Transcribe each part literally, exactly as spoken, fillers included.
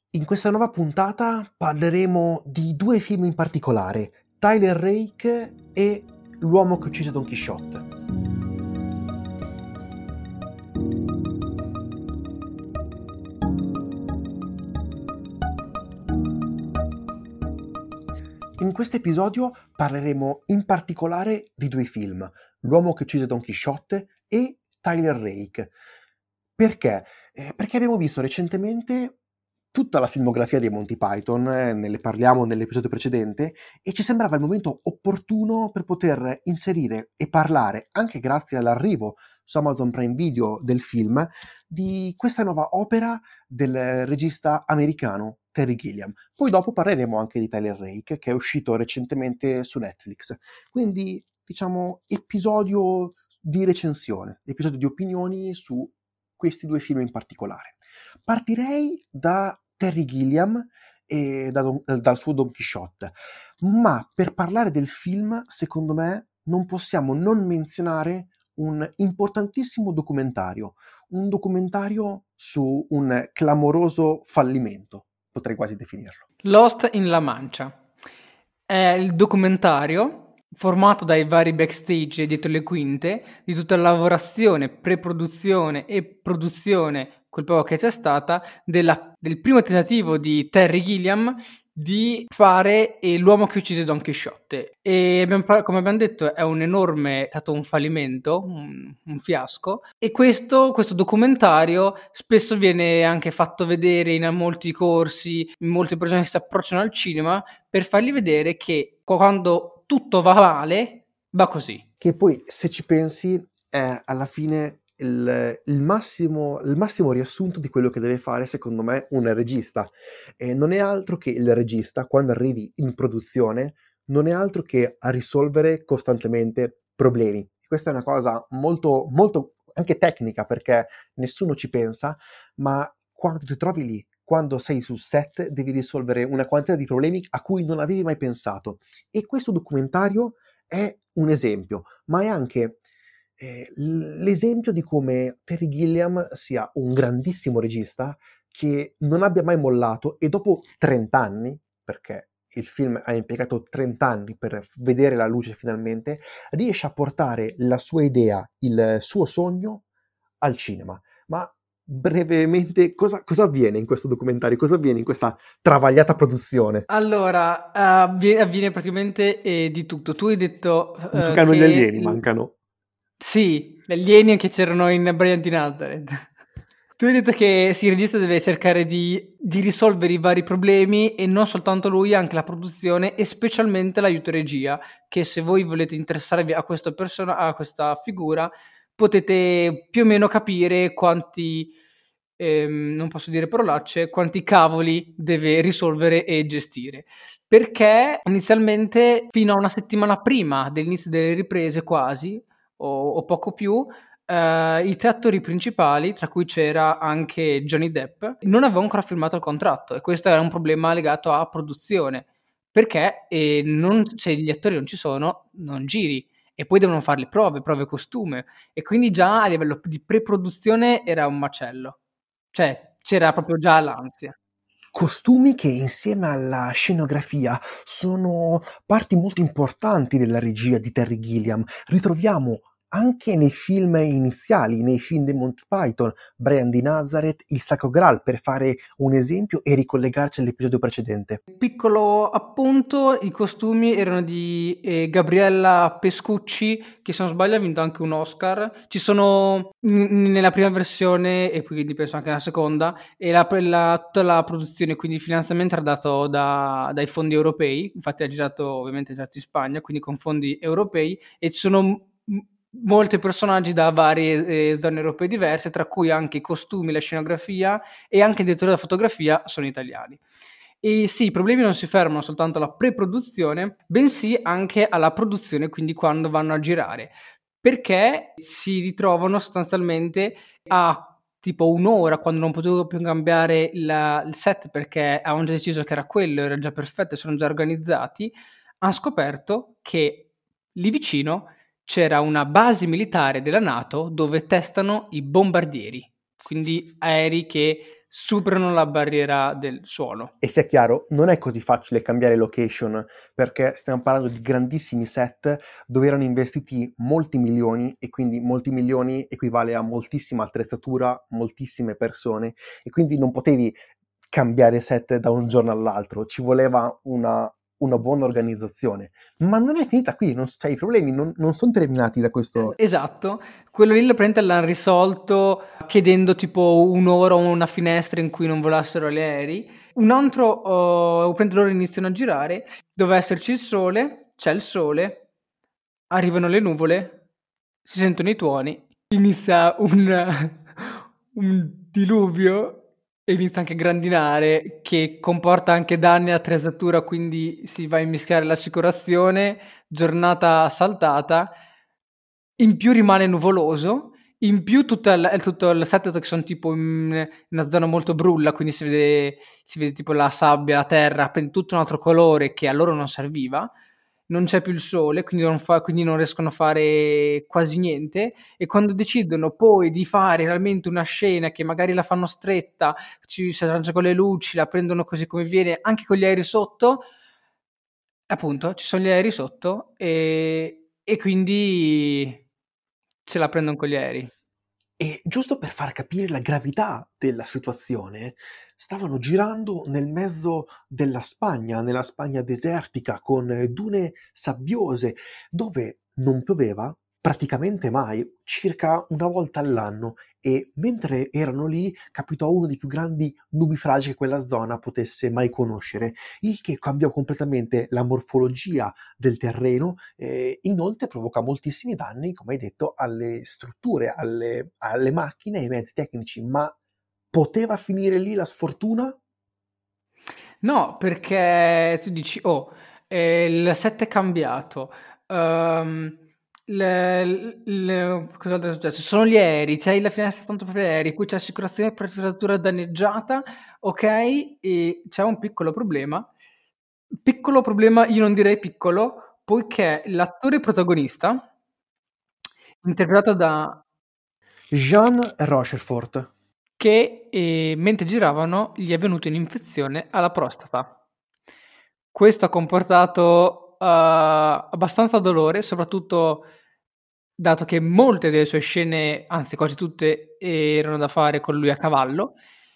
In questa nuova puntata parleremo di due film in particolare, Tyler Rake e L'uomo che uccise Don Chisciotte. In questo episodio parleremo in particolare di due film, L'uomo che uccise Don Chisciotte e Tyler Rake. Perché? Eh, perché abbiamo visto recentemente tutta la filmografia dei Monty Python, eh, ne parliamo nell'episodio precedente, e ci sembrava il momento opportuno per poter inserire e parlare, anche grazie all'arrivo su Amazon Prime Video del film, di questa nuova opera del regista americano Terry Gilliam. Poi dopo parleremo anche di Tyler Rake, che è uscito recentemente su Netflix. Quindi, diciamo, episodio di recensione, episodio di opinioni su questi due film in particolare. Partirei da Terry Gilliam e da Don, dal suo Don Chisciotte, ma per parlare del film, secondo me, non possiamo non menzionare un importantissimo documentario, un documentario su un clamoroso fallimento, potrei quasi definirlo. Lost in La Mancia è il documentario formato dai vari backstage dietro le quinte di tutta la lavorazione, pre-produzione e produzione, quel poco che c'è stata, della, del primo tentativo di Terry Gilliam di fare L'uomo che uccise Don Chisciotte. E abbiamo, come abbiamo detto, è un enorme, è stato un fallimento, un, un fiasco. E questo, questo documentario spesso viene anche fatto vedere in molti corsi, in molte persone che si approcciano al cinema, per fargli vedere che quando tutto va male, va così. Che poi, se ci pensi, è alla fine il, il, massimo, il massimo riassunto di quello che deve fare, secondo me, un regista. E non è altro che il regista, quando arrivi in produzione, non è altro che a risolvere costantemente problemi. Questa è una cosa molto, molto anche tecnica, perché nessuno ci pensa, ma quando ti trovi lì, quando sei sul set, devi risolvere una quantità di problemi a cui non avevi mai pensato. E questo documentario è un esempio, ma è anche eh, l'esempio di come Terry Gilliam sia un grandissimo regista che non abbia mai mollato, e dopo trenta anni, perché il film ha impiegato trenta anni per vedere la luce finalmente, riesce a portare la sua idea, il suo sogno al cinema. Ma brevemente, cosa, cosa avviene in questo documentario? Cosa avviene in questa travagliata produzione? Allora, avviene, avviene praticamente eh, di tutto. Tu hai detto uh, Mancano che... gli alieni, mancano. Sì, gli alieni che c'erano in Brian di Nazareth. Tu hai detto che sì, il regista deve cercare di, di risolvere i vari problemi, e non soltanto lui, anche la produzione e specialmente l'aiuto regia, che se voi volete interessarvi a questa persona, a questa figura, potete più o meno capire quanti, ehm, non posso dire parolacce, quanti cavoli deve risolvere e gestire. Perché inizialmente, fino a una settimana prima dell'inizio delle riprese quasi, o, o poco più, Uh, i tre attori principali, tra cui c'era anche Johnny Depp, non avevano ancora firmato il contratto, e questo era un problema legato a produzione, perché eh, non, se gli attori non ci sono, non giri, e poi devono fare le prove, prove costume, e quindi già a livello di pre-produzione era un macello, cioè c'era proprio già l'ansia. Costumi che, insieme alla scenografia, sono parti molto importanti della regia di Terry Gilliam. Ritroviamo anche nei film iniziali, nei film dei Monty Python, Brian di Nazareth, Il Sacro Graal, per fare un esempio e ricollegarci all'episodio precedente. Piccolo appunto, i costumi erano di eh, Gabriella Pescucci, che se non sbaglio ha vinto anche un Oscar. Ci sono n- nella prima versione, e quindi penso anche nella seconda, e la, la, tutta la produzione, quindi il finanziamento era dato da, dai fondi europei. Infatti ha girato, ovviamente ha girato in Spagna, quindi con fondi europei, e ci sono m- molti personaggi da varie eh, zone europee diverse, tra cui anche i costumi, la scenografia e anche il direttore della fotografia sono italiani. E sì, i problemi non si fermano soltanto alla pre-produzione, bensì anche alla produzione, quindi quando vanno a girare, perché si ritrovano sostanzialmente a tipo un'ora, quando non potevo più cambiare la, il set perché avevano già deciso che era quello, era già perfetto, sono già organizzati, hanno scoperto che lì vicino c'era una base militare della NATO dove testano i bombardieri, quindi aerei che superano la barriera del suono. E sia chiaro, non è così facile cambiare location, perché stiamo parlando di grandissimi set dove erano investiti molti milioni, e quindi molti milioni equivale a moltissima attrezzatura, moltissime persone, e quindi non potevi cambiare set da un giorno all'altro, ci voleva una, una buona organizzazione. Ma non è finita qui, non, cioè, i problemi non, non sono terminati da questo. Esatto, quello lì praticamente l'hanno risolto chiedendo tipo un'ora o una finestra in cui non volassero gli aerei. Un altro, uh, praticamente loro iniziano a girare, doveva esserci il sole, c'è il sole, arrivano le nuvole, si sentono i tuoni, inizia un, un diluvio e inizia anche a grandinare che comporta anche danni all'attrezzatura, quindi si va a mischiare l'assicurazione, giornata saltata, in più rimane nuvoloso, in più tutto il, tutto il set che sono tipo in una zona molto brulla, quindi si vede, si vede tipo la sabbia, la terra, prende tutto un altro colore che a loro non serviva, non c'è più il sole, quindi non, fa, quindi non riescono a fare quasi niente, e quando decidono poi di fare realmente una scena che magari la fanno stretta, ci si arrangia con le luci, la prendono così come viene, anche con gli aerei sotto, appunto, ci sono gli aerei sotto e, e quindi se la prendono con gli aerei. E giusto per far capire la gravità della situazione, stavano girando nel mezzo della Spagna, nella Spagna desertica, con dune sabbiose, dove non pioveva praticamente mai, circa una volta all'anno, e mentre erano lì capitò uno dei più grandi nubifragi che quella zona potesse mai conoscere, il che cambiò completamente la morfologia del terreno. Eh, inoltre provoca moltissimi danni, come hai detto, alle strutture, alle, alle macchine e ai mezzi tecnici. Ma poteva finire lì la sfortuna? No, perché tu dici, oh, eh, il set è cambiato, ehm, le, le, cos'altro è successo? Ci sono gli aerei, c'hai la finestra tanto per gli aerei, qui c'è assicurazione per attrezzatura danneggiata, ok, e c'è un piccolo problema. Piccolo problema, io non direi piccolo, poiché l'attore protagonista, interpretato da Jean Rochefort. che eh, mentre giravano gli è venuta un'infezione alla prostata. Questo ha comportato uh, abbastanza dolore, soprattutto dato che molte delle sue scene, anzi quasi tutte, erano da fare con lui a cavallo.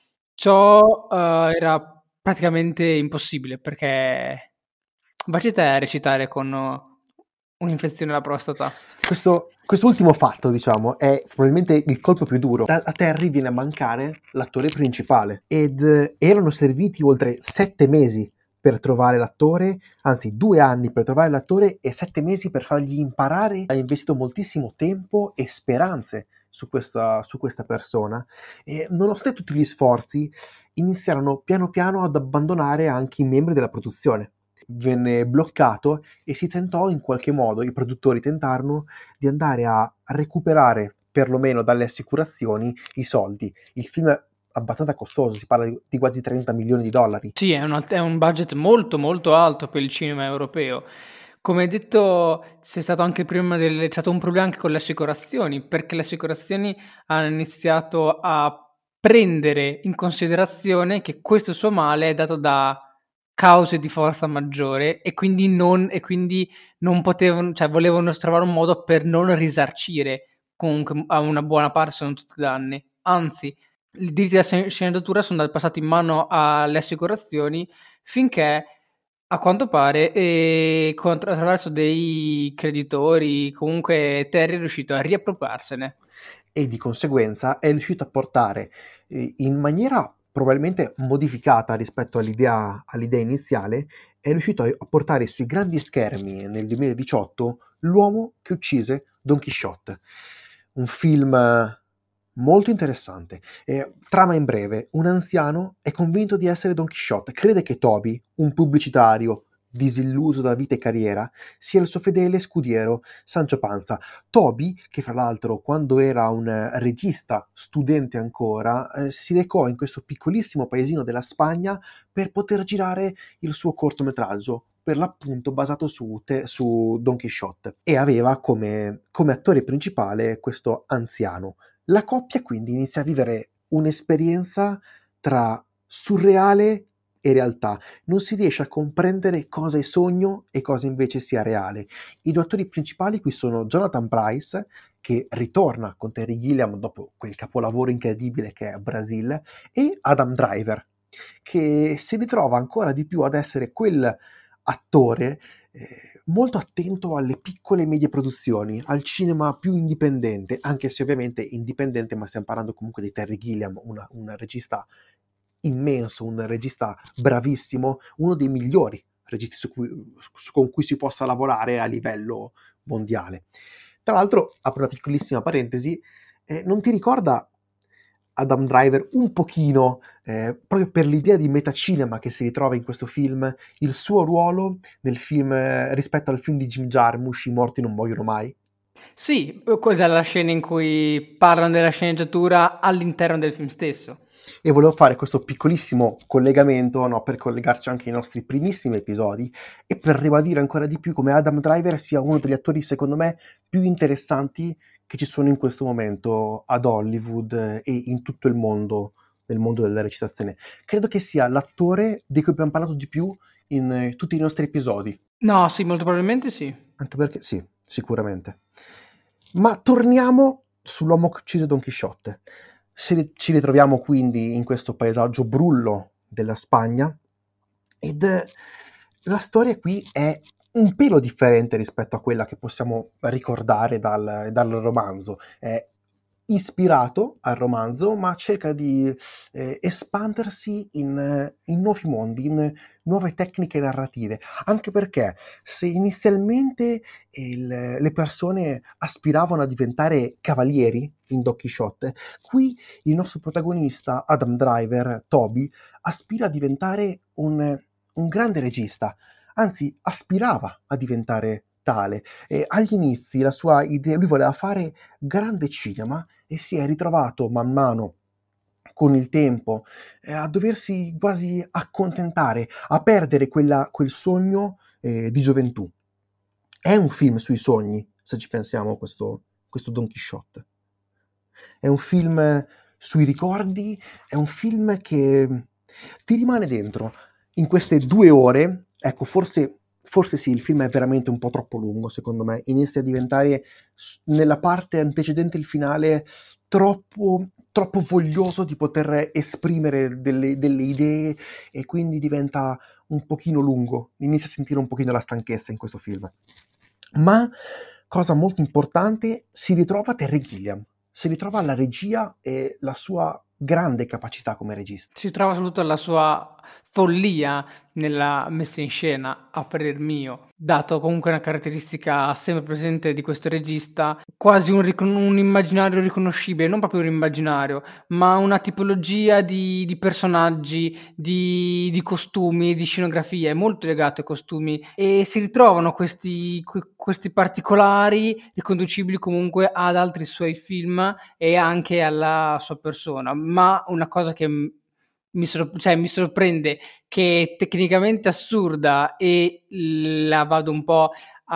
Ciò uh, era praticamente impossibile perché baci te a recitare con un'infezione alla prostata. Questo, quest'ultimo fatto, diciamo, è probabilmente il colpo più duro. A Terry viene a mancare l'attore principale ed eh, erano serviti oltre sette mesi per trovare l'attore, anzi due anni per trovare l'attore e sette mesi per fargli imparare. Ha investito moltissimo tempo e speranze su questa, su questa persona, e nonostante tutti gli sforzi iniziarono piano piano ad abbandonare anche i membri della produzione. Venne bloccato e si tentò in qualche modo, i produttori tentarono di andare a recuperare perlomeno dalle assicurazioni i soldi. Il film è abbastanza costoso, si parla di quasi trenta milioni di dollari. Sì, è un, è un budget molto molto alto per il cinema europeo. Come hai detto, c'è stato anche prima del, c'è stato un problema anche con le assicurazioni, perché le assicurazioni hanno iniziato a prendere in considerazione che questo suo male è dato da cause di forza maggiore e quindi non, e quindi non potevano, cioè volevano trovare un modo per non risarcire comunque a una buona parte, sono tutti danni. Anzi, i diritti della sceneggiatura sono passati in mano alle assicurazioni finché a quanto pare e attraverso dei creditori comunque Terry è riuscito a riappropriarsene e di conseguenza è riuscito a portare eh, in maniera probabilmente modificata rispetto all'idea, all'idea iniziale, è riuscito a portare sui grandi schermi nel duemiladiciotto L'uomo che uccise Don Chisciotte, un film molto interessante. Eh, trama in breve: un anziano è convinto di essere Don Chisciotte, crede che Toby, un pubblicitario disilluso da vita e carriera, sia il suo fedele scudiero Sancho Panza. Toby, che fra l'altro quando era un regista studente ancora, eh, si recò in questo piccolissimo paesino della Spagna per poter girare il suo cortometraggio, per l'appunto basato su, te, su Don Chisciotte, e aveva come, come attore principale questo anziano. La coppia quindi inizia a vivere un'esperienza tra surreale e realtà. Non si riesce a comprendere cosa è sogno e cosa invece sia reale. I due attori principali qui sono Jonathan Pryce, che ritorna con Terry Gilliam dopo quel capolavoro incredibile che è Brasil, e Adam Driver, che si ritrova ancora di più ad essere quel attore eh, molto attento alle piccole e medie produzioni, al cinema più indipendente, anche se ovviamente indipendente, ma stiamo parlando comunque di Terry Gilliam, una, un regista immenso, un regista bravissimo, uno dei migliori registi su cui, su, con cui si possa lavorare a livello mondiale. Tra l'altro, apro una piccolissima parentesi, eh, non ti ricorda Adam Driver un pochino, eh, proprio per l'idea di metacinema che si ritrova in questo film, il suo ruolo nel film eh, rispetto al film di Jim Jarmusch, I morti non muoiono mai? Sì, quella è la scena in cui parlano della sceneggiatura all'interno del film stesso. E volevo fare questo piccolissimo collegamento, no, per collegarci anche ai nostri primissimi episodi e per ribadire ancora di più come Adam Driver sia uno degli attori, secondo me, più interessanti che ci sono in questo momento ad Hollywood e in tutto il mondo, nel mondo della recitazione. Credo che sia l'attore di cui abbiamo parlato di più in eh, tutti i nostri episodi. No, sì, molto probabilmente sì. Anche perché, sì, sicuramente. Ma torniamo sull'uomo che uccise Don Chisciotte. Ci ritroviamo quindi in questo paesaggio brullo della Spagna ed eh, la storia qui è un pelo differente rispetto a quella che possiamo ricordare dal, dal romanzo. È ispirato al romanzo, ma cerca di eh, espandersi in, in nuovi mondi, in nuove tecniche narrative, anche perché se inizialmente il, le persone aspiravano a diventare cavalieri in Don Chisciotte, qui il nostro protagonista, Adam Driver, Toby, aspira a diventare un, un grande regista, anzi aspirava a diventare tale. E agli inizi la sua idea, lui voleva fare grande cinema e si è ritrovato man mano con il tempo eh, a doversi quasi accontentare, a perdere quella, quel sogno eh, di gioventù. È un film sui sogni, se ci pensiamo, questo, questo Don Chisciotte. È un film sui ricordi, è un film che ti rimane dentro. In queste due ore, ecco, forse, forse sì, il film è veramente un po' troppo lungo, secondo me. Inizia a diventare, nella parte antecedente il finale, troppo, troppo voglioso di poter esprimere delle, delle idee e quindi diventa un pochino lungo. Inizia a sentire un pochino la stanchezza in questo film. Ma, cosa molto importante, si ritrova Terry Gilliam. Si ritrova la regia e la sua grande capacità come regista. Si trova soprattutto la sua follia nella messa in scena, a parer mio, dato comunque una caratteristica sempre presente di questo regista, quasi un, ricon- un immaginario riconoscibile, non proprio un immaginario, ma una tipologia di, di personaggi, di, di costumi, di scenografie, molto legato ai costumi, e si ritrovano questi, que- questi particolari riconducibili comunque ad altri suoi film e anche alla sua persona, ma una cosa che mi, sor- cioè, mi sorprende, che è tecnicamente assurda e la vado un po'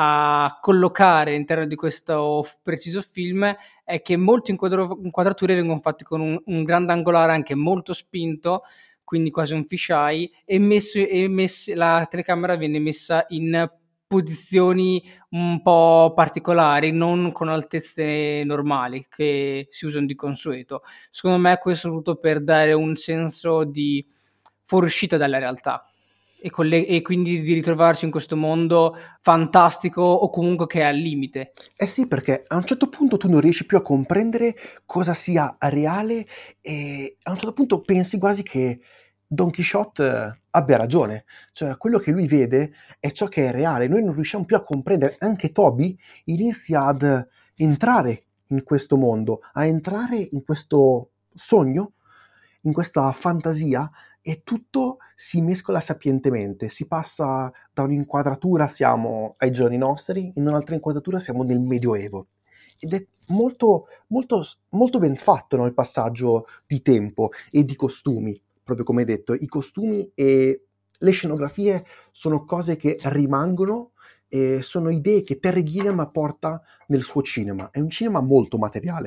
a collocare all'interno di questo f- preciso film, è che molte inquadro- inquadrature vengono fatte con un, un grande angolare anche molto spinto, quindi quasi un fisheye, e, messo, e mess- la telecamera viene messa in posizioni un po' particolari, non con altezze normali che si usano di consueto. Secondo me questo è tutto per dare un senso di fuoriuscita dalla realtà e, coll- e quindi di ritrovarci in questo mondo fantastico o comunque che è al limite. Eh sì, perché a un certo punto tu non riesci più a comprendere cosa sia reale e a un certo punto pensi quasi che Don Quixote abbia ragione. Cioè, quello che lui vede è ciò che è reale. Noi non riusciamo più a comprendere. Anche Toby inizia ad entrare in questo mondo, a entrare in questo sogno, in questa fantasia, e tutto si mescola sapientemente. Si passa da un'inquadratura, siamo ai giorni nostri, in un'altra inquadratura siamo nel Medioevo. Ed è molto, molto, molto ben fatto, no, il passaggio di tempo e di costumi. Proprio come hai detto, i costumi e le scenografie sono cose che rimangono e sono idee che Terry Gilliam porta nel suo cinema. È un cinema molto materiale,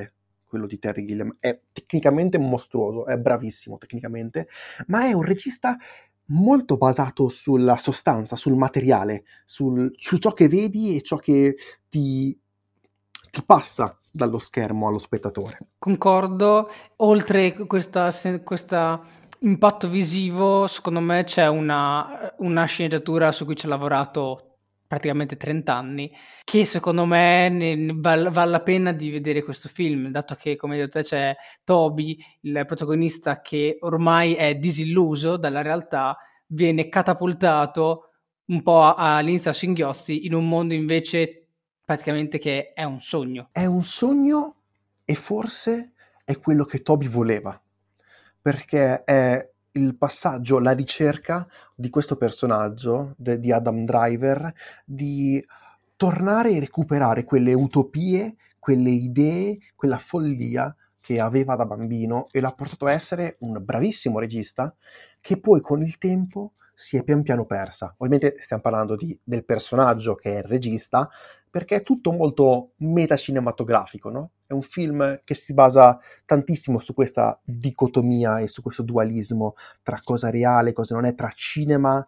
quello di Terry Gilliam, è tecnicamente mostruoso, è bravissimo tecnicamente, ma è un regista molto basato sulla sostanza, sul materiale, sul, su ciò che vedi e ciò che ti, ti passa dallo schermo allo spettatore. Concordo, oltre questa, questa impatto visivo, secondo me c'è una, una sceneggiatura su cui ci ho lavorato praticamente trenta anni, che secondo me ne, val, vale la pena di vedere questo film, dato che, come hai detto te, c'è Toby, il protagonista, che ormai è disilluso dalla realtà, viene catapultato un po' all'inizio a singhiozzi in un mondo invece praticamente che è un sogno. È un sogno e forse è quello che Toby voleva, perché è il passaggio, la ricerca di questo personaggio, de, di Adam Driver, di tornare e recuperare quelle utopie, quelle idee, quella follia che aveva da bambino e l'ha portato a essere un bravissimo regista che poi con il tempo si è pian piano persa. Ovviamente stiamo parlando di, del personaggio che è il regista, perché è tutto molto metacinematografico, no? È un film che si basa tantissimo su questa dicotomia e su questo dualismo tra cosa è reale e cosa non è, tra cinema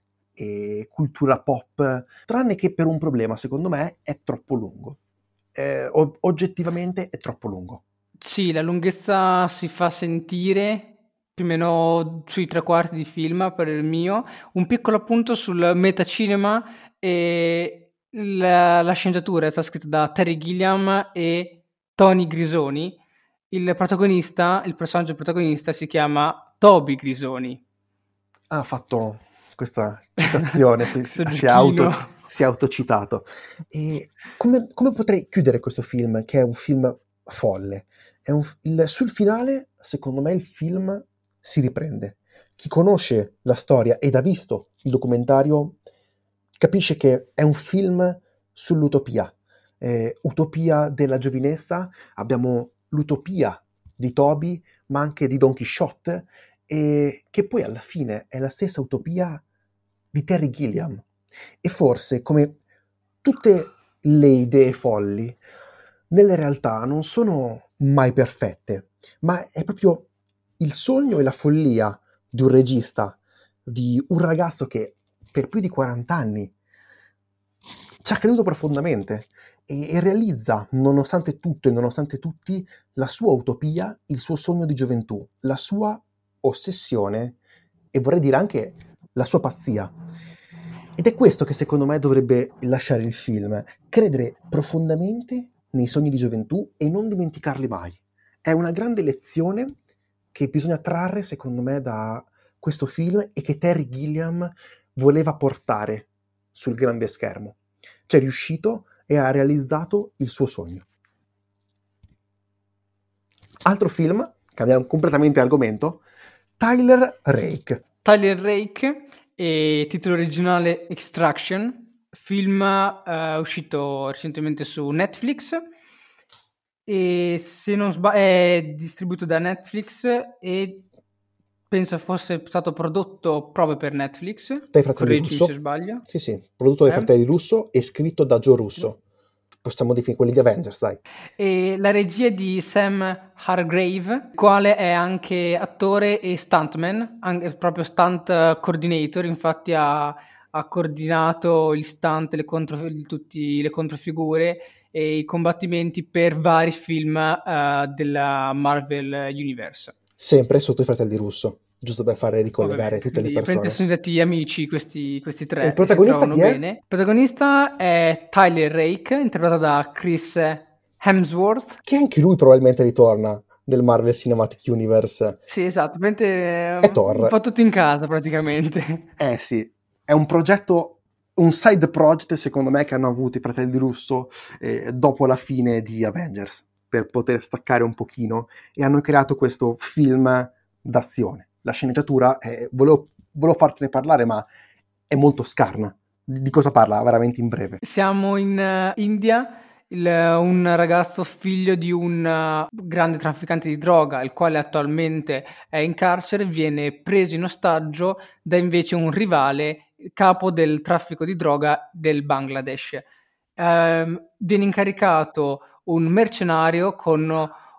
e cultura pop, tranne che per un problema, secondo me, è troppo lungo. Eh, o- oggettivamente è troppo lungo. Sì, la lunghezza si fa sentire più o meno sui tre quarti di film per il mio. Un piccolo appunto sul metacinema e la, la sceneggiatura è stata scritta da Terry Gilliam e Tony Grisoni. Il protagonista, il personaggio protagonista si chiama Toby Grisoni. Ha fatto questa citazione, si, si, Questo si è auto, giochino. si è autocitato. E come, come potrei chiudere questo film, che è un film folle? È un, il, sul finale, secondo me, il film si riprende. Chi conosce la storia ed ha visto il documentario capisce che è un film sull'utopia. Eh, utopia della giovinezza, abbiamo l'utopia di Toby, ma anche di Don Chisciotte, e che poi alla fine è la stessa utopia di Terry Gilliam. E forse, come tutte le idee folli, nelle realtà non sono mai perfette, ma è proprio il sogno e la follia di un regista, di un ragazzo che per più di quaranta anni ci ha creduto profondamente e, e realizza, nonostante tutto e nonostante tutti, la sua utopia, il suo sogno di gioventù, la sua ossessione e vorrei dire anche la sua pazzia. Ed è questo che secondo me dovrebbe lasciare il film, credere profondamente nei sogni di gioventù e non dimenticarli mai. È una grande lezione che bisogna trarre, secondo me, da questo film e che Terry Gilliam voleva portare sul grande schermo. C'è riuscito e ha realizzato il suo sogno. Altro film, cambiamo completamente argomento, Tyler Rake. Tyler Rake, e titolo originale Extraction, film uh, uscito recentemente su Netflix e se non sbaglio è distribuito da Netflix e penso fosse stato prodotto proprio per Netflix. Dai fratelli correggimi Russo. se sbaglio. Sì, sì, prodotto dai Eh? fratelli Russo e scritto da Joe Russo. Possiamo definire quelli di Avengers, dai. E la regia è di Sam Hargrave, il quale è anche attore e stuntman, anche proprio stunt coordinator, infatti ha, ha coordinato gli stunt, le contro, tutte le controfigure e i combattimenti per vari film uh, della Marvel Universe. Sempre sotto i fratelli Russo, giusto per fare ricollegare Ovviamente, tutte le quindi persone. sono diventati amici questi, questi tre. E il protagonista si chi è? bene. Il protagonista è Tyler Rake, interpretato da Chris Hemsworth. Che anche lui probabilmente ritorna nel Marvel Cinematic Universe. Sì, esatto, è Thor. un po' tutto in casa praticamente. Eh sì, è un progetto, un side project secondo me che hanno avuto i fratelli Russo eh, dopo la fine di Avengers, per poter staccare un pochino, e hanno creato questo film d'azione. La sceneggiatura, eh, volevo, volevo fartene parlare, ma è molto scarna. Di cosa parla veramente in breve? Siamo in uh, India, il, un ragazzo figlio di un uh, grande trafficante di droga, il quale attualmente è in carcere, viene preso in ostaggio da invece un rivale, capo del traffico di droga del Bangladesh. Uh, viene incaricato un mercenario con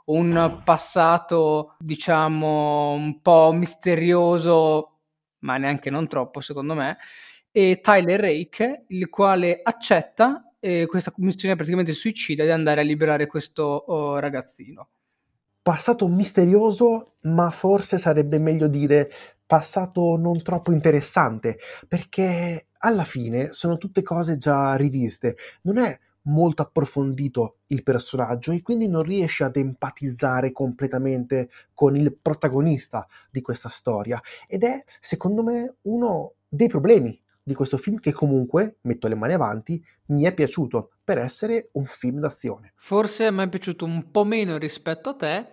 un passato, diciamo, un po' misterioso, ma neanche non troppo secondo me, e Tyler Rake, il quale accetta eh, questa missione praticamente suicida di andare a liberare questo oh, ragazzino. Passato misterioso, ma forse sarebbe meglio dire passato non troppo interessante, perché alla fine sono tutte cose già riviste. Non è molto approfondito il personaggio e quindi non riesce ad empatizzare completamente con il protagonista di questa storia. Ed è, secondo me, uno dei problemi di questo film che comunque, metto le mani avanti, mi è piaciuto per essere un film d'azione. Forse a me è piaciuto un po' meno rispetto a te,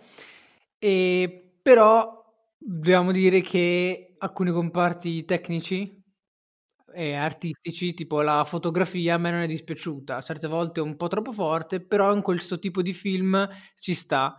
e però dobbiamo dire che alcuni comparti tecnici e artistici, tipo la fotografia, a me non è dispiaciuta. Certe volte è un po' troppo forte, però in questo tipo di film ci sta.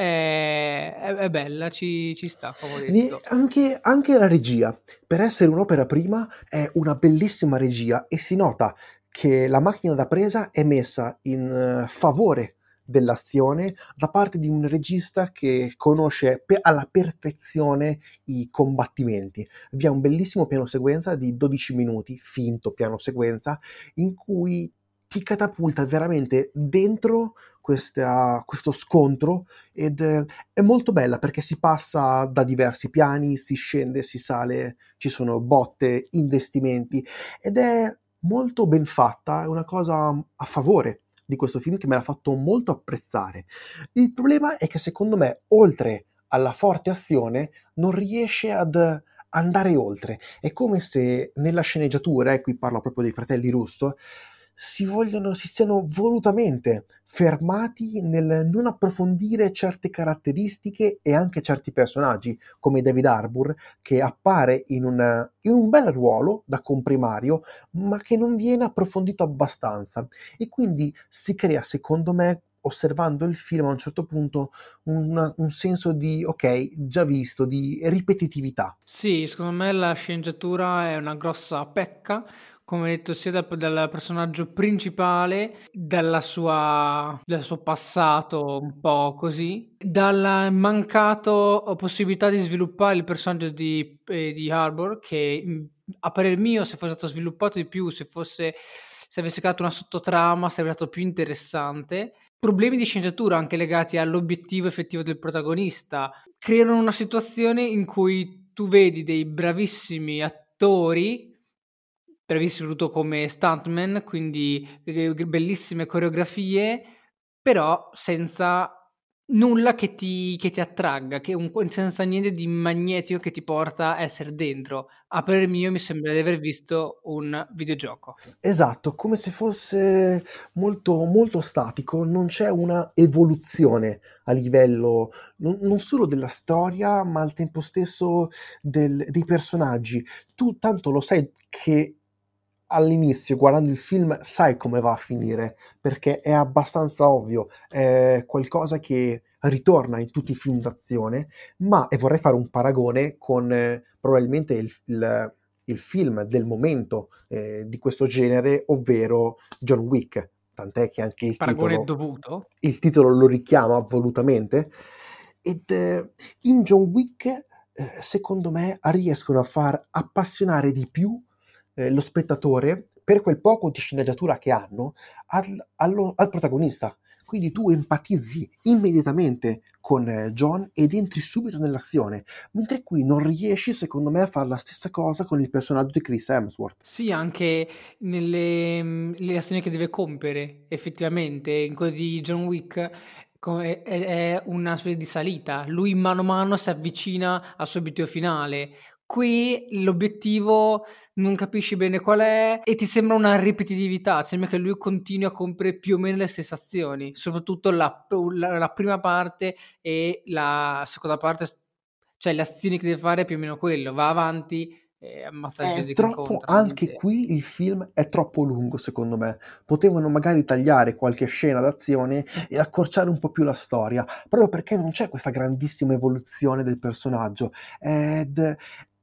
È, è- è bella, ci, ci sta, come ho Ri- detto. Anche, anche la regia, per essere un'opera prima, è una bellissima regia e si nota che la macchina da presa è messa in eh, favore dell'azione da parte di un regista che conosce pe- alla perfezione i combattimenti. Vi è un bellissimo piano sequenza di dodici minuti, finto piano sequenza, in cui ti catapulta veramente dentro questa- questo scontro ed eh, è molto bella perché si passa da diversi piani, si scende, si sale, ci sono botte, investimenti ed è molto ben fatta, è una cosa a favore di questo film che me l'ha fatto molto apprezzare. Il problema è che secondo me, oltre alla forte azione, non riesce ad andare oltre. È come se nella sceneggiatura, e qui parlo proprio dei fratelli Russo, si vogliono, si siano volutamente fermati nel non approfondire certe caratteristiche e anche certi personaggi, come David Harbour, che appare in un, in un bel ruolo da comprimario, ma che non viene approfondito abbastanza. E quindi si crea, secondo me, osservando il film a un certo punto, un, un senso di, ok, già visto, di ripetitività. Sì, secondo me la sceneggiatura è una grossa pecca, come detto, sia dal, dal personaggio principale, dalla sua, dal suo passato un po' così, dalla mancato possibilità di sviluppare il personaggio di, eh, di Harbour, che mh, a parer mio, se fosse stato sviluppato di più, se fosse, se avesse creato una sottotrama, sarebbe stato più interessante. Problemi di sceneggiatura anche legati all'obiettivo effettivo del protagonista creano una situazione in cui tu vedi dei bravissimi attori, bravissimi soprattutto come stuntman, quindi eh, bellissime coreografie, però senza nulla che ti, che ti attragga, che un, senza niente di magnetico che ti porta a essere dentro. A parer mio mi sembra di aver visto un videogioco. Esatto, come se fosse molto, molto statico, non c'è una evoluzione a livello non, non solo della storia, ma al tempo stesso del- dei personaggi. Tu tanto lo sai che all'inizio, guardando il film, sai come va a finire, perché è abbastanza ovvio, è qualcosa che ritorna in tutti i film d'azione, ma, e vorrei fare un paragone con eh, probabilmente il, il- il film del momento eh, di questo genere, ovvero John Wick, tant'è che anche il Paragone titolo, dovuto? il titolo lo richiama volutamente, ed eh, in John Wick, eh, secondo me, riescono a far appassionare di più eh, lo spettatore, per quel poco di sceneggiatura che hanno, al, allo- al protagonista. Quindi tu empatizzi immediatamente con eh, John ed entri subito nell'azione, mentre qui non riesci, secondo me, a fare la stessa cosa con il personaggio di Chris Hemsworth. Sì, anche nelle mhmm, le azioni che deve compiere, effettivamente. In quello di John Wick come è è una specie di salita. Lui mano a mano si avvicina al suo obiettivo finale. Qui l'obiettivo non capisci bene qual è e ti sembra una ripetitività, sembra che lui continui a compiere più o meno le stesse azioni, soprattutto la p la la prima parte e la seconda parte s cioè le azioni che deve fare è più o meno quello, va avanti e ammazza la È gente che troppo, incontra, anche niente. qui il film è troppo lungo, secondo me. Potevano magari tagliare qualche scena d'azione e accorciare un po' più la storia, proprio perché non c'è questa grandissima evoluzione del personaggio. Ed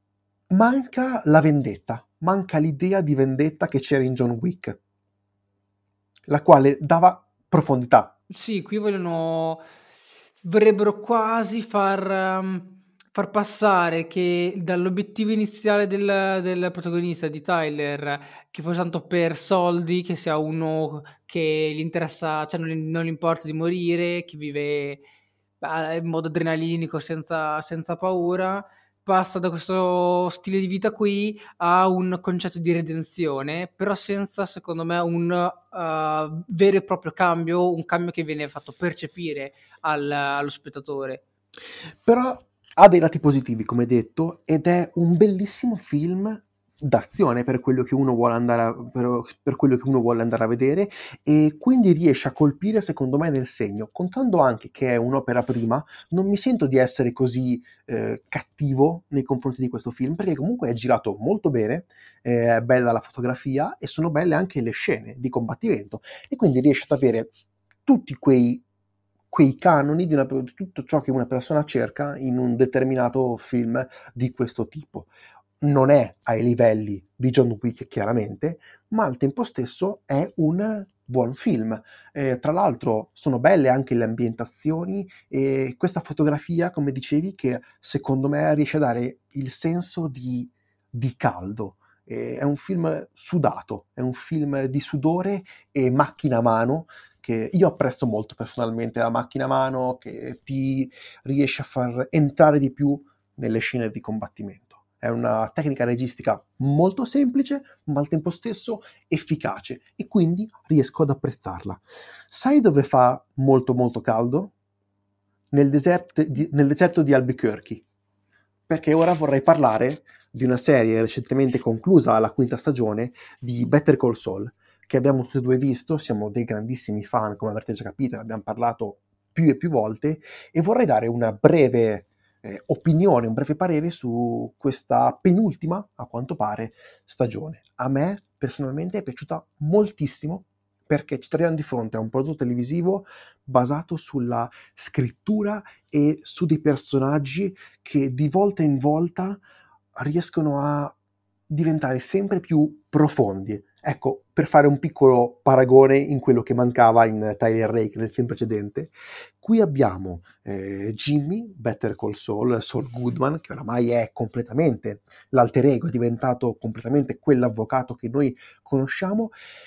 manca la vendetta, manca l'idea di vendetta che c'era in John Wick, la quale dava profondità. Sì, qui vogliono vorrebbero quasi far, um, far passare che dall'obiettivo iniziale del, del protagonista di Tyler, che fosse tanto per soldi, che sia uno che gli interessa, cioè non, gli- non gli importa di morire, che vive eh, in modo adrenalinico, senza, senza paura, passa da questo stile di vita qui a un concetto di redenzione, però senza, secondo me, un uh, vero e proprio cambio, un cambio che viene fatto percepire al- allo spettatore. Però ha dei lati positivi, come detto, ed è un bellissimo film d'azione per quello che uno vuole andare a, per, per quello che uno vuole andare a vedere, e quindi riesce a colpire, secondo me, nel segno. Contando anche che è un'opera prima, non mi sento di essere così eh, cattivo nei confronti di questo film, perché comunque è girato molto bene, eh, è bella la fotografia e sono belle anche le scene di combattimento, e quindi riesce ad avere tutti quei quei canoni di, una, di tutto ciò che una persona cerca in un determinato film di questo tipo. Non è ai livelli di John Wick, chiaramente, ma al tempo stesso è un buon film. Eh, tra l'altro sono belle anche le ambientazioni e questa fotografia, come dicevi, che secondo me riesce a dare il senso di, di caldo. Eh, è un film sudato, è un film di sudore e macchina a mano, che io apprezzo molto personalmente, la macchina a mano che ti riesce a far entrare di più nelle scene di combattimento. È una tecnica registica molto semplice, ma al tempo stesso efficace, e quindi riesco ad apprezzarla. Sai dove fa molto molto caldo? Nel, desert di, nel deserto di Albuquerque. Perché ora vorrei parlare di una serie recentemente conclusa, la quinta stagione, di Better Call Saul, che abbiamo tutti e due visto. Siamo dei grandissimi fan, come avrete già capito, ne abbiamo parlato più e più volte, e vorrei dare una breve eh, opinione, un breve parere su questa penultima, a quanto pare, stagione. A me personalmente è piaciuta moltissimo, perché ci troviamo di fronte a un prodotto televisivo basato sulla scrittura e su dei personaggi che di volta in volta riescono a diventare sempre più profondi. Ecco, per fare un piccolo paragone in quello che mancava in Tyler Rake nel film precedente, qui abbiamo eh, Jimmy, Better Call Saul, Saul Goodman, che oramai è completamente l'alter ego, è diventato completamente quell'avvocato che noi conosciamo,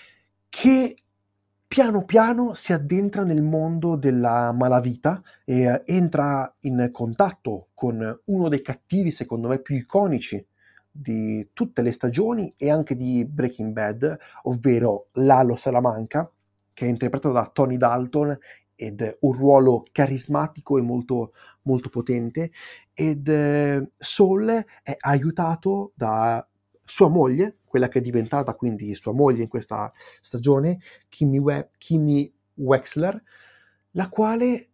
che piano piano si addentra nel mondo della malavita e eh, entra in contatto con uno dei cattivi, secondo me, più iconici di tutte le stagioni e anche di Breaking Bad, ovvero Lalo Salamanca, che è interpretato da Tony Dalton, ed è un ruolo carismatico e molto, molto potente, ed eh, Saul è aiutato da sua moglie, quella che è diventata quindi sua moglie in questa stagione, Kimmy, We- Kimmy Wexler, la quale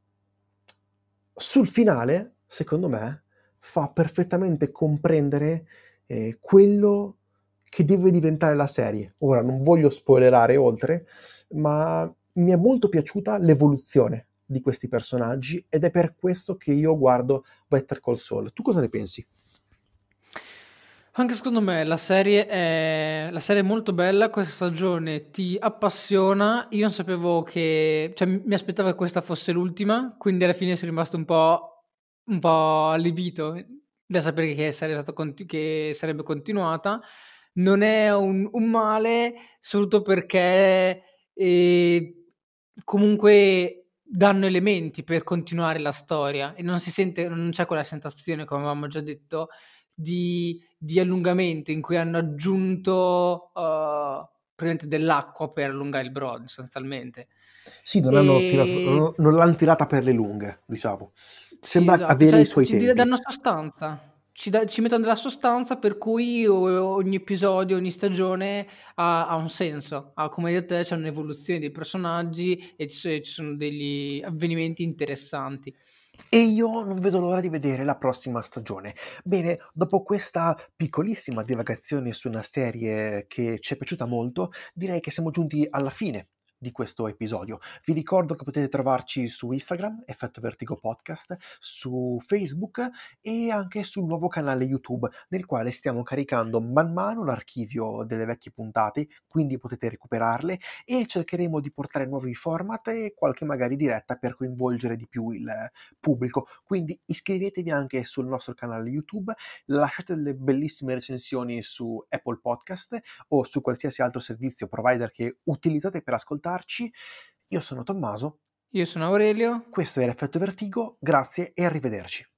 sul finale, secondo me, fa perfettamente comprendere eh, quello che deve diventare la serie. Ora, non voglio spoilerare oltre, ma mi è molto piaciuta l'evoluzione di questi personaggi, ed è per questo che io guardo Better Call Saul. Tu cosa ne pensi? Anche secondo me la serie è, la serie è molto bella, questa stagione ti appassiona, io non sapevo che, cioè mi aspettavo che questa fosse l'ultima, quindi alla fine sono rimasto un po', un po' allibito da sapere che sarebbe, stato conti- che sarebbe continuata. Non è un, un male, soprattutto perché eh, comunque danno elementi per continuare la storia e non si sente, non c'è quella sensazione, come avevamo già detto, di, di allungamento in cui hanno aggiunto uh, praticamente dell'acqua per allungare il brodo sostanzialmente. Sì, non hanno tirato, E non, non l'hanno tirata per le lunghe, diciamo. sì, Sembra esatto, avere i cioè suoi ci di- tempi. danno sostanza. Ci, da- ci mettono della sostanza per cui o- ogni episodio, ogni stagione ha, ha un senso. Ha, come hai detto te, c'è un'evoluzione dei personaggi e ci, so- ci sono degli avvenimenti interessanti. E io non vedo l'ora di vedere la prossima stagione. Bene, dopo questa piccolissima divagazione su una serie che ci è piaciuta molto, direi che siamo giunti alla fine di questo episodio. Vi ricordo che potete trovarci su Instagram, Effetto Vertigo Podcast, su Facebook e anche sul nuovo canale YouTube, nel quale stiamo caricando man mano l'archivio delle vecchie puntate, quindi potete recuperarle, e cercheremo di portare nuovi format e qualche magari diretta per coinvolgere di più il pubblico. Quindi iscrivetevi anche sul nostro canale YouTube, lasciate delle bellissime recensioni su Apple Podcast o su qualsiasi altro servizio provider che utilizzate per ascoltarci. Io sono Tommaso. Io sono Aurelio. Questo era Effetto Vertigo, grazie e arrivederci.